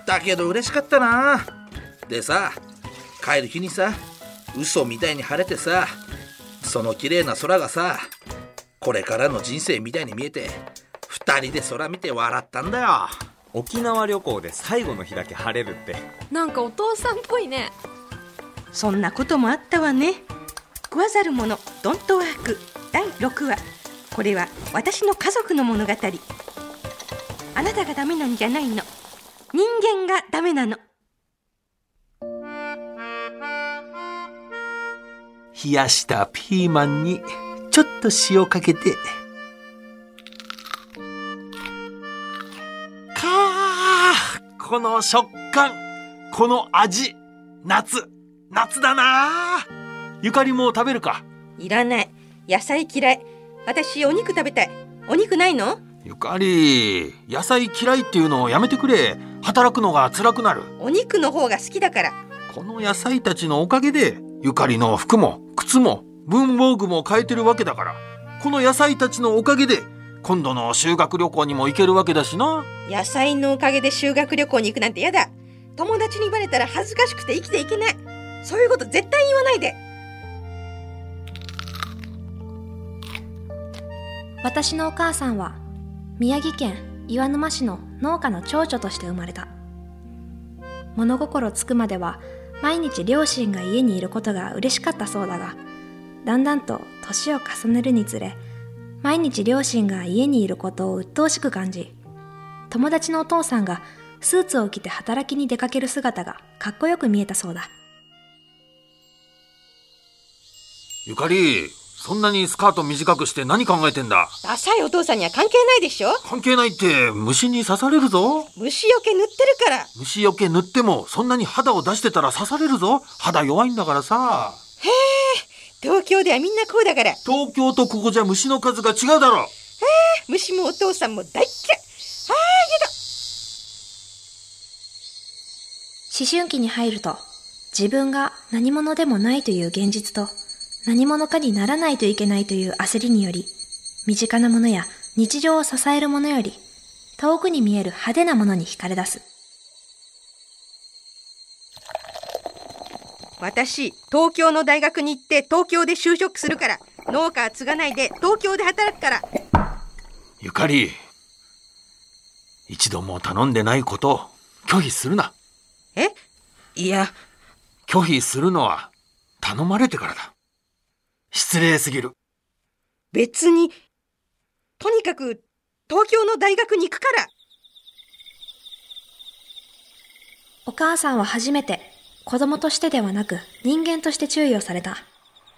だけど嬉しかったな。でさ、帰る日にさ、嘘みたいに晴れてさ、その綺麗な空がさ、これからの人生みたいに見えて、二人で空見て笑ったんだよ。 沖縄旅行で最後の日だけ晴れるって、 なんかお父さんっぽいね。 そんなこともあったわね。食わざる者ドントワーク第6話。これは私の家族の物語。あなたがダメなんじゃないの、人間がダメなの。 冷やしたピーマンにちょっと塩かけて、この食感、この味、夏だな。ゆかりも食べるか？ いらない、野菜嫌い。私お肉食べたい。お肉ないの？ ゆかり、野菜嫌いっていうのをやめてくれ。働くのが辛くなる。 お肉の方が好きだから。 この野菜たちのおかげでゆかりの服も靴も文房具も買えてるわけだから、この野菜たちのおかげで今度の修学旅行にも行けるわけだしな。 野菜のおかげで修学旅行に行くなんてやだ。友達にバレたら恥ずかしくて生きていけない。そういうこと絶対言わないで。 私のお母さんは宮城県岩沼市の農家の長女として生まれた。物心つくまでは毎日両親が家にいることが嬉しかったそうだが、だんだんと年を重ねるにつれ、毎日両親が家にいることを鬱陶しく感じ、友達のお父さんがスーツを着て働きに出かける姿がかっこよく見えたそうだ。 ゆかり、そんなにスカート短くして何考えてんだ？ ダサいお父さんには関係ないでしょ。 関係ないって、虫に刺されるぞ。 虫よけ塗ってるから。 虫よけ塗ってもそんなに肌を出してたら刺されるぞ。肌弱いんだからさ。 へえ、東京ではみんなこうだから。 東京とここじゃ虫の数が違うだろ。 虫もお父さんも大嫌い。やだ。 思春期に入ると、自分が何者でもないという現実と、何者かにならないといけないという焦りにより、身近なものや日常を支えるものより、遠くに見える派手なものに惹かれ出す。 私、東京の大学に行って東京で就職するから。農家は継がないで東京で働くから。 ゆかり、一度も頼んでないことを拒否するな。 いや、 拒否するのは頼まれてからだ。失礼すぎる。 別に、とにかく東京の大学に行くから。 お母さんは初めて子供としてではなく人間として注意をされた。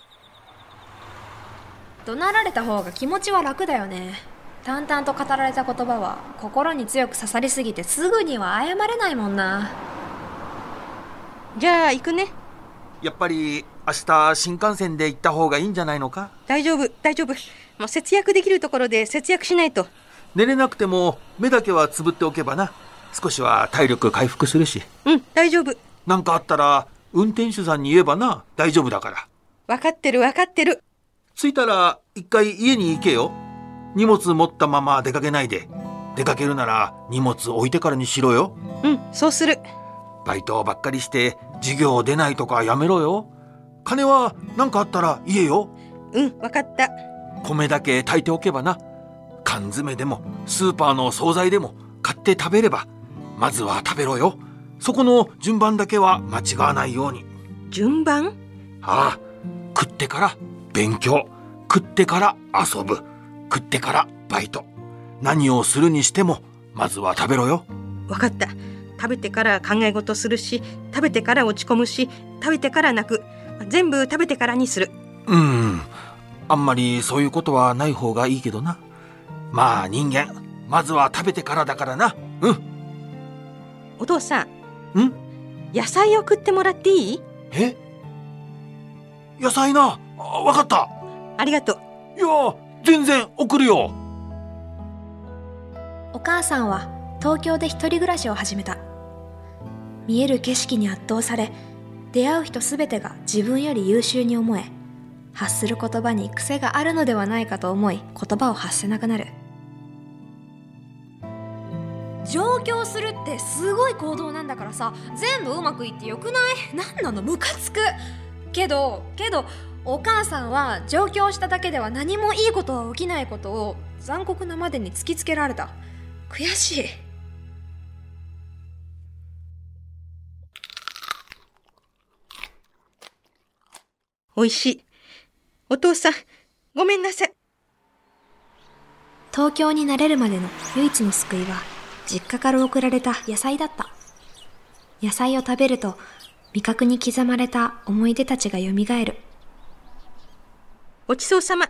怒鳴られた方が気持ちは楽だよね。淡々と語られた言葉は心に強く刺さりすぎてすぐには謝れないもんな。 じゃあ行くね。 やっぱり明日新幹線で行った方がいいんじゃないのか？ 大丈夫。もう節約できるところで節約しないと。 寝れなくても目だけはつぶっておけばな。少しは体力回復するし。 大丈夫。 なんかあったら運転手さんに言えばな。大丈夫だから。 分かってる。 着いたら一回家に行けよ。荷物持ったまま出かけないで。出かけるなら荷物置いてからにしろよ。 そうする。 バイトばっかりして授業出ないとかやめろよ。金は何かあったら言えよ。 分かった。 米だけ炊いておけばな。缶詰でもスーパーの惣菜でも買って食べれば、まずは食べろよ。そこの順番だけは間違わないように。 順番？ ああ、食ってから勉強、食ってから遊ぶ、食ってからバイト。何をするにしてもまずは食べろよ。 分かった。食べてから考え事するし、食べてから落ち込むし、食べてから泣く。全部食べてからにする。 あんまりそういうことはない方がいいけどな。まあ人間、まずは食べてからだからな。 お父さん、野菜を食ってもらっていい？ 野菜な。わかった。 ありがとう。 いや、全然送るよ。 お母さんは東京で一人暮らしを始めた。見える景色に圧倒され、出会う人すべてが自分より優秀に思え、発する言葉に癖があるのではないかと思い、言葉を発せなくなる。 上京するってすごい行動なんだからさ、全部うまくいってよくない？なんなの、ムカつく。けどお母さんは上京しただけでは何もいいことは起きないことを残酷なまでに突きつけられた。悔しい。 おいしい。お父さん、ごめんなさい。 東京に慣れるまでの唯一の救いは実家から送られた野菜だった。野菜を食べると味覚に刻まれた思い出たちがよみがえる。 ごちそうさま。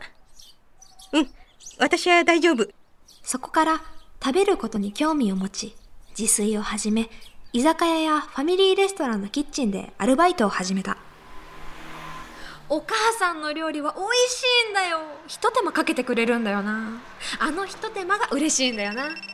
私は大丈夫。 そこから食べることに興味を持ち、自炊を始め、居酒屋やファミリーレストランのキッチンでアルバイトを始めた。お母さんの料理は美味しいんだよ。一手間かけてくれるんだよな。あの一手間が嬉しいんだよな。 ゆかり、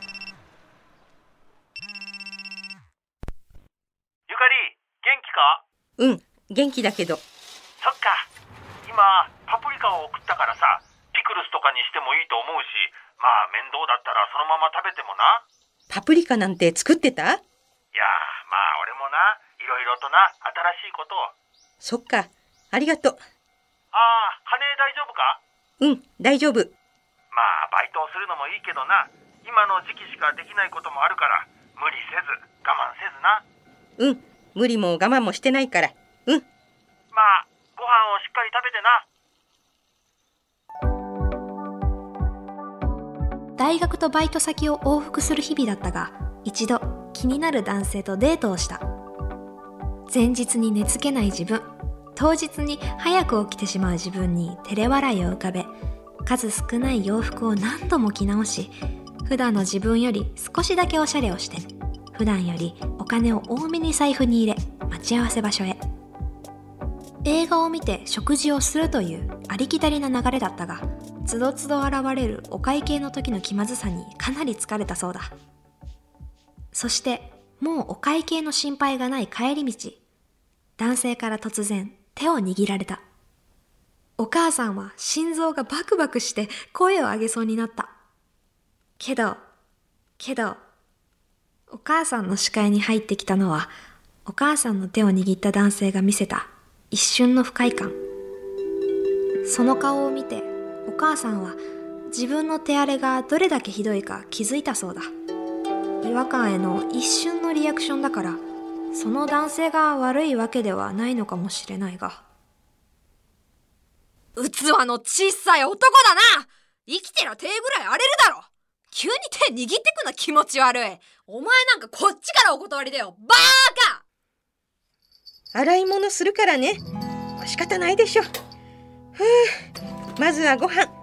元気か？ 元気だけど。 そっか。今パプリカを送ったからさ、ピクルスとかにしてもいいと思うし、まあ面倒だったらそのまま食べてもな。 パプリカなんて作ってた？ いやまあ俺もな、いろいろとな、新しいことを。 そっか、ありがとう。 金大丈夫か？ 大丈夫。 まあバイトをするのもいいけどな、今の時期しかできないこともあるから、無理せず我慢せずな。 無理も我慢もしてないから。 まあご飯をしっかり食べてな。大学とバイト先を往復する日々だったが、一度気になる男性とデートをした。前日に寝つけない自分、当日に早く起きてしまう自分に照れ笑いを浮かべ、数少ない洋服を何度も着直し、普段の自分より少しだけおしゃれをして、普段よりお金を多めに財布に入れ、待ち合わせ場所へ。映画を見て食事をするというありきたりな流れだったが、つどつど現れるお会計の時の気まずさにかなり疲れたそうだ。そしてもうお会計の心配がない帰り道、男性から突然手を握られた。お母さんは心臓がバクバクして声を上げそうになった。けど、お母さんの視界に入ってきたのは、お母さんの手を握った男性が見せた一瞬の不快感。その顔を見て、お母さんは自分の手荒れがどれだけひどいか気づいたそうだ。違和感への一瞬のリアクションだから、その男性が悪いわけではないのかもしれないが。器の小さい男だな。生きてりゃ手ぐらい荒れるだろ。急に手握ってくの気持ち悪い。お前なんかこっちからお断りだよ、バーカ。 洗い物するからね。仕方ないでしょ。まずはご飯。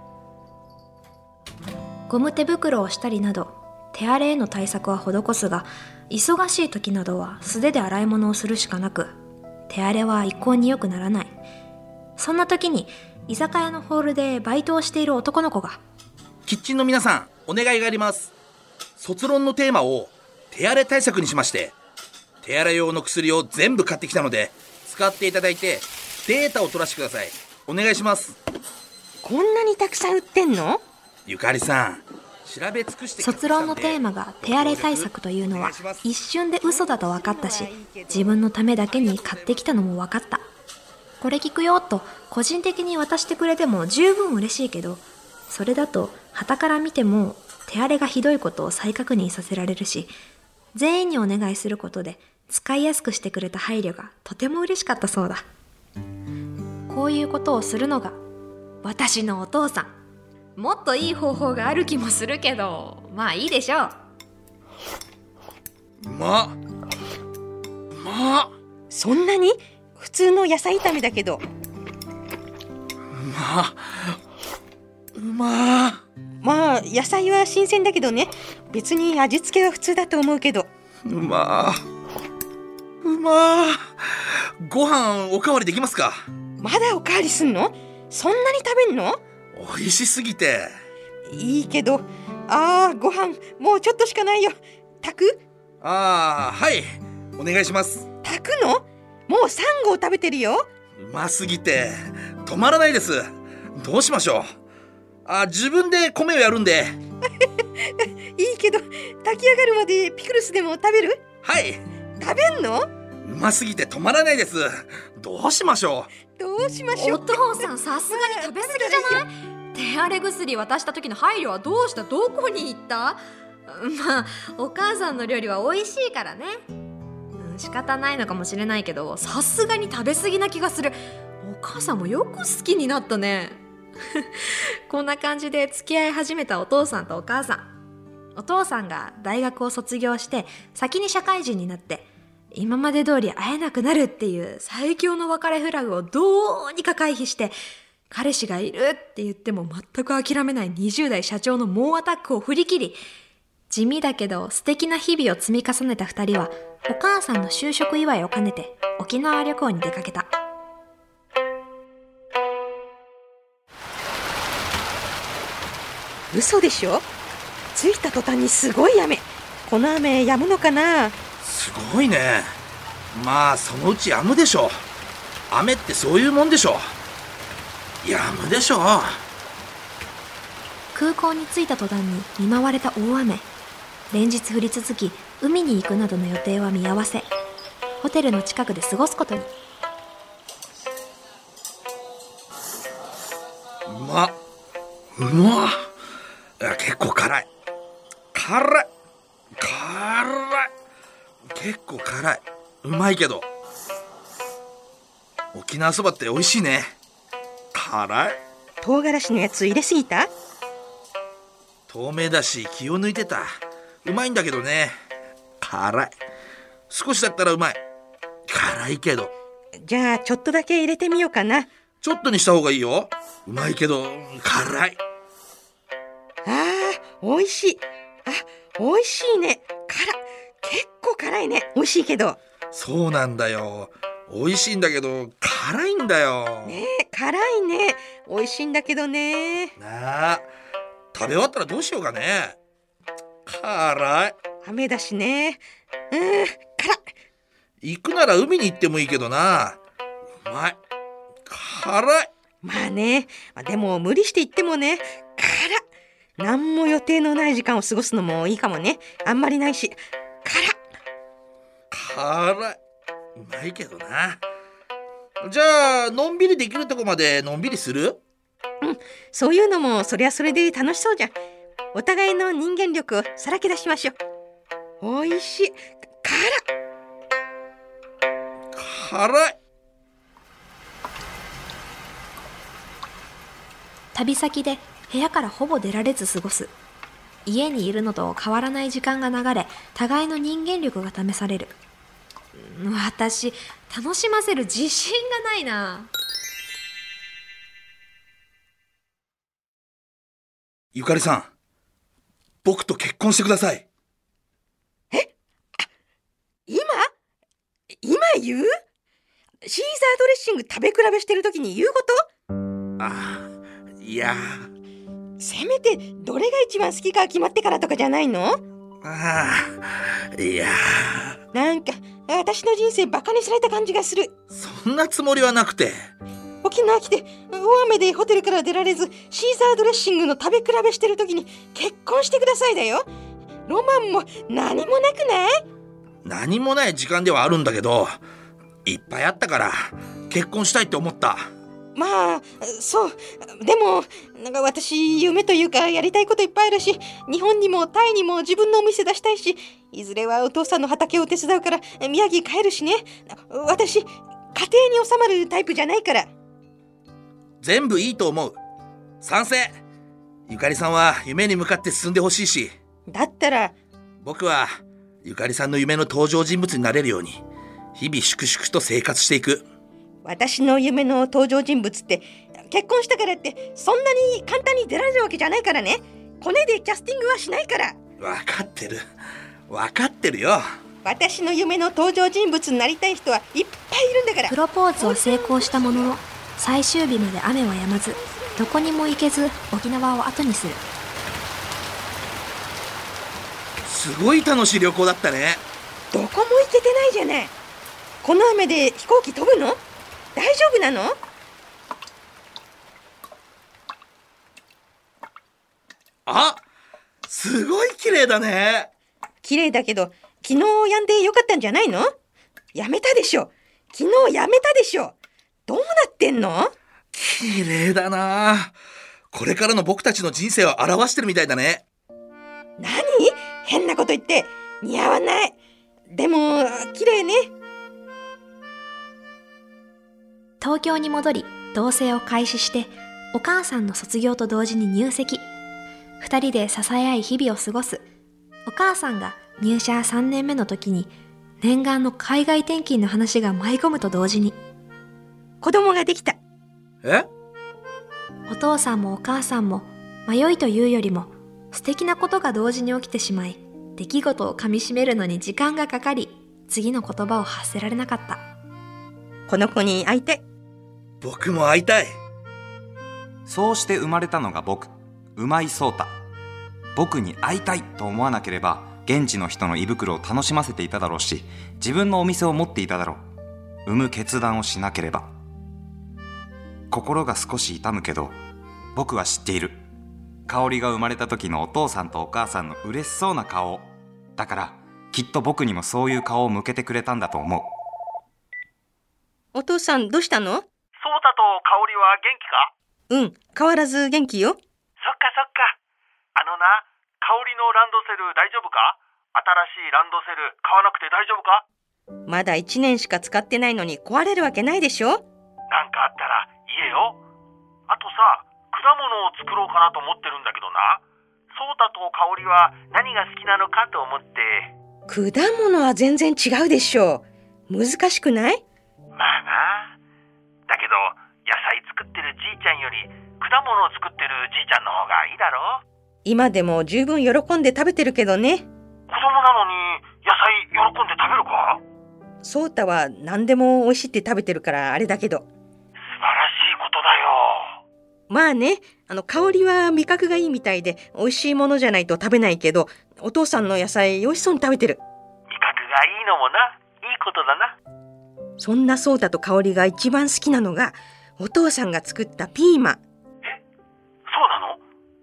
ゴム手袋をしたりなど手荒れへの対策は施すが、忙しい時などは素手で洗い物をするしかなく、手荒れは一向に良くならない。そんな時に居酒屋のホールでバイトをしている男の子が、 キッチンの皆さん、お願いがあります。卒論のテーマを手荒れ対策にしまして、手荒れ用の薬を全部買ってきたので、使っていただいてデータを取らせてください。お願いします。 こんなにたくさん売ってんの？ ゆかりさん、調べ尽くして。 卒論のテーマが手荒れ対策というのは一瞬で嘘だと分かったし、自分のためだけに買ってきたのも分かった。これ聞くよと個人的に渡してくれても十分嬉しいけど、それだと傍から見ても手荒れがひどいことを再確認させられるし、全員にお願いすることで使いやすくしてくれた配慮がとても嬉しかったそうだ。こういうことをするのが私のお父さん。もっといい方法がある気もするけど、まあいいでしょう。 そんなに？普通の野菜炒めだけど。まあ野菜は新鮮だけどね。別に味付けは普通だと思うけど。 ご飯おかわりできますか？ まだおかわりすんの？そんなに食べんの？ 美味しすぎて。 いいけど、ご飯もうちょっとしかないよ。炊く？ はい、お願いします。 炊くの？もう3合食べてるよ。 うますぎて止まらないです。どうしましょう。自分で米をやるんでいいけど、炊き上がるまでピクルスでも食べる？ はい。 食べんの？ うますぎて止まらないです。どうしましょう。 お父さん、さすがに食べ過ぎじゃない？手荒れ薬渡した時の配慮はどうした？どこに行った？まあお母さんの料理は美味しいからね、仕方ないのかもしれないけど、さすがに食べ過ぎな気がする。お母さんもよく好きになったねこんな感じで付き合い始めたお父さんとお母さん。お父さんが大学を卒業して先に社会人になって、今まで通り会えなくなるっていう最強の別れフラグをどうにか回避して、彼氏がいるって言っても全く諦めない20代社長の猛アタックを振り切り、地味だけど素敵な日々を積み重ねた2人は、お母さんの就職祝いを兼ねて沖縄旅行に出かけた。 嘘でしょ？着いた途端にすごい雨。この雨止むのかな？ すごいね。まあそのうち止むでしょ。雨ってそういうもんでしょ。止むでしょ。 空港に着いた途端に見舞われた大雨。連日降り続き、海に行くなどの予定は見合わせ、ホテルの近くで過ごすことに。 うまっ。結構辛い。結構辛い。うまいけど。沖縄そばって美味しいね。辛い。 唐辛子のやつ入れすぎた？ 透明だし気を抜いてた。うまいんだけどね。辛い。少しだったらうまい。辛いけど。 じゃあちょっとだけ入れてみようかな。 ちょっとにした方がいいよ。うまいけど辛い。 美味しい。美味しいね。結構辛いね。美味しいけど。 そうなんだよ。美味しいんだけど辛いんだよ。 ねえ、辛いね。美味しいんだけどね。 なあ、食べ終わったらどうしようかね。辛い。 雨だしね。辛い。 行くなら海に行ってもいいけどな。うまい。辛い。 まあね、でも無理して行ってもね、何も予定のない時間を過ごすのもいいかもね。あんまりないし。 辛い。うまいけどな。じゃあのんびりできるとこまでのんびりする？ そういうのもそりゃそれで楽しそうじゃん。お互いの人間力をさらけ出しましょう。美味しい。 辛い。 旅先で部屋からほぼ出られず過ごす。家にいるのと変わらない時間が流れ、互いの人間力が試される。私、楽しませる自信がないな。 ゆかりさん、僕と結婚してください。 今言う？シーザードレッシング食べ比べしてる時に言うこと？ いや。 せめてどれが一番好きか決まってからとかじゃないの？ いや。 なんか私の人生バカにされた感じがする。 そんなつもりはなくて。 沖縄来て大雨でホテルから出られずシーザードレッシングの食べ比べしてる時に結婚してくださいだよ。ロマンも何もなくない？ 何もない時間ではあるんだけど、いっぱいあったから結婚したいって思った。 まあそう。でもなんか私夢というかやりたいこといっぱいあるし、日本にもタイにも自分のお店出したいし、いずれはお父さんの畑を手伝うから宮城帰るしね。私家庭に収まるタイプじゃないから。 全部いいと思う。賛成。ゆかりさんは夢に向かって進んでほしいし、 だったら僕はゆかりさんの夢の登場人物になれるように日々粛々と生活していく。 私の夢の登場人物って結婚したからってそんなに簡単に出られるわけじゃないからね。コネでキャスティングはしないから。 分かってるよ。 私の夢の登場人物になりたい人はいっぱいいるんだから。 プロポーズを成功したものの、最終日まで雨は止まず、どこにも行けず沖縄を後にする。 すごい楽しい旅行だったね。 どこも行けてないじゃない。この雨で飛行機飛ぶの？大丈夫なの？ すごい綺麗だね。 綺麗だけど昨日やんでよかったんじゃないの？やめたでしょ。昨日やめたでしょ。どうなってんの？ 綺麗だな。これからの僕たちの人生を表してるみたいだね。 何？変なこと言って似合わない。でも綺麗ね。 東京に戻り同棲を開始して、お母さんの卒業と同時に入籍。二人で支え合い日々を過ごす。お母さんが入社3年目の時に念願の海外転勤の話が舞い込むと同時に子供ができた。 え？ お父さんもお母さんも迷いというよりも素敵なことが同時に起きてしまい、出来事をかみしめるのに時間がかかり、次の言葉を発せられなかった。 この子に会いたい。 僕も会いたい。 そうして生まれたのが僕、今井壮太。僕に会いたいと思わなければ現地の人の胃袋を楽しませていただろうし、自分のお店を持っていただろう。産む決断をしなければ。心が少し痛むけど僕は知っている。香織が生まれた時のお父さんとお母さんの嬉しそうな顔。だからきっと僕にもそういう顔を向けてくれたんだと思う。 お父さんどうしたの？ そうたと香織は元気か？ 変わらず元気よ。 そっかそっか。な、香織のランドセル大丈夫か？新しいランドセル買わなくて大丈夫か？ まだ1年しか使ってないのに壊れるわけないでしょ。 なんかあったら言えよ。あとさ、果物を作ろうかなと思ってるんだけどな。そうたと香織は何が好きなのかと思って。 果物は全然違うでしょう。難しくない？ まあな。だけど野菜作ってるじいちゃんより果物を作ってるじいちゃんの方がいいだろ？ 今でも十分喜んで食べてるけどね。 子供なのに野菜喜んで食べるか？ そうたは何でも美味しいって食べてるからあれだけど。 素晴らしいことだよ。 まあね、香りは味覚がいいみたいで美味しいものじゃないと食べないけど、お父さんの野菜美味しそうに食べてる。 味覚がいいのもな、いいことだな。 そんなそうたと香りが一番好きなのがお父さんが作ったピーマン。 そうなの？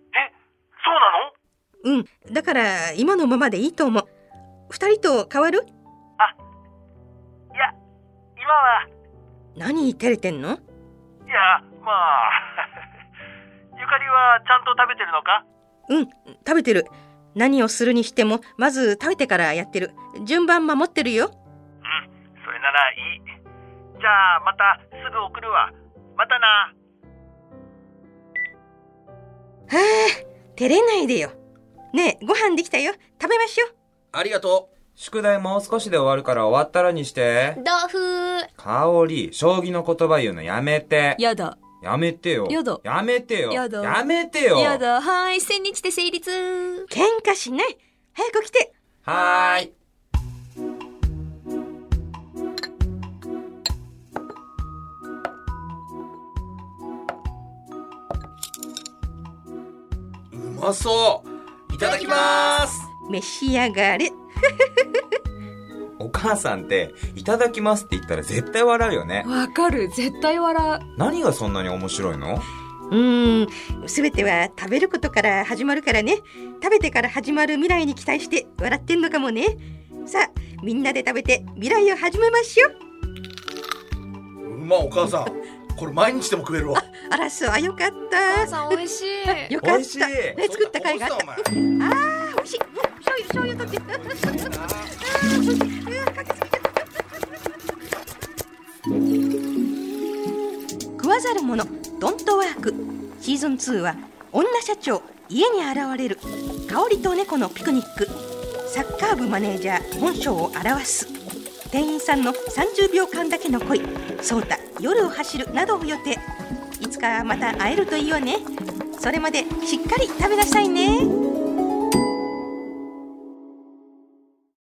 そうなの？ だから今のままでいいと思う。二人と変わる？ いや、今は。 何照れてんの？ いや、まあゆかりはちゃんと食べてるのか？ 食べてる。何をするにしてもまず食べてからやってる。順番守ってるよ。 それならいい。じゃあまたすぐ送るわ。またな。 照れないでよ。ねえ、ご飯できたよ。食べましょう。 ありがとう。 宿題もう少しで終わるから終わったらにして。 豆腐。 香織、将棋の言葉言うのやめて。 やだ。 やめてよ。 やだ。 やめてよ。 やだ。 やめてよ。 やだ。はい、千日で成立。 喧嘩しない。早く来て。 はーい。 うまそう。いただきます。 召し上がれ。 お母さんっていただきますって言ったら絶対笑うよね。 わかる、絶対笑う。 何がそんなに面白いの？ すべては食べることから始まるからね。食べてから始まる未来に期待して笑ってんのかもね。さあ、みんなで食べて未来を始めましょう。 お母さん、これ毎日でも食えるわ。 あら、そう、よかった。 お母さん美味しい。 よかった。 美味しい。 ね、作った甲斐があった。美味しい。醤油取って。食わざる者ドントワークシーズン2は女社長家に現れる香りと猫のピクニック、サッカー部マネージャー本性を表す、店員さんの30秒間だけの恋、そうた夜を走るなどを予定。いつかまた会えるといいわね。それまでしっかり食べなさいね。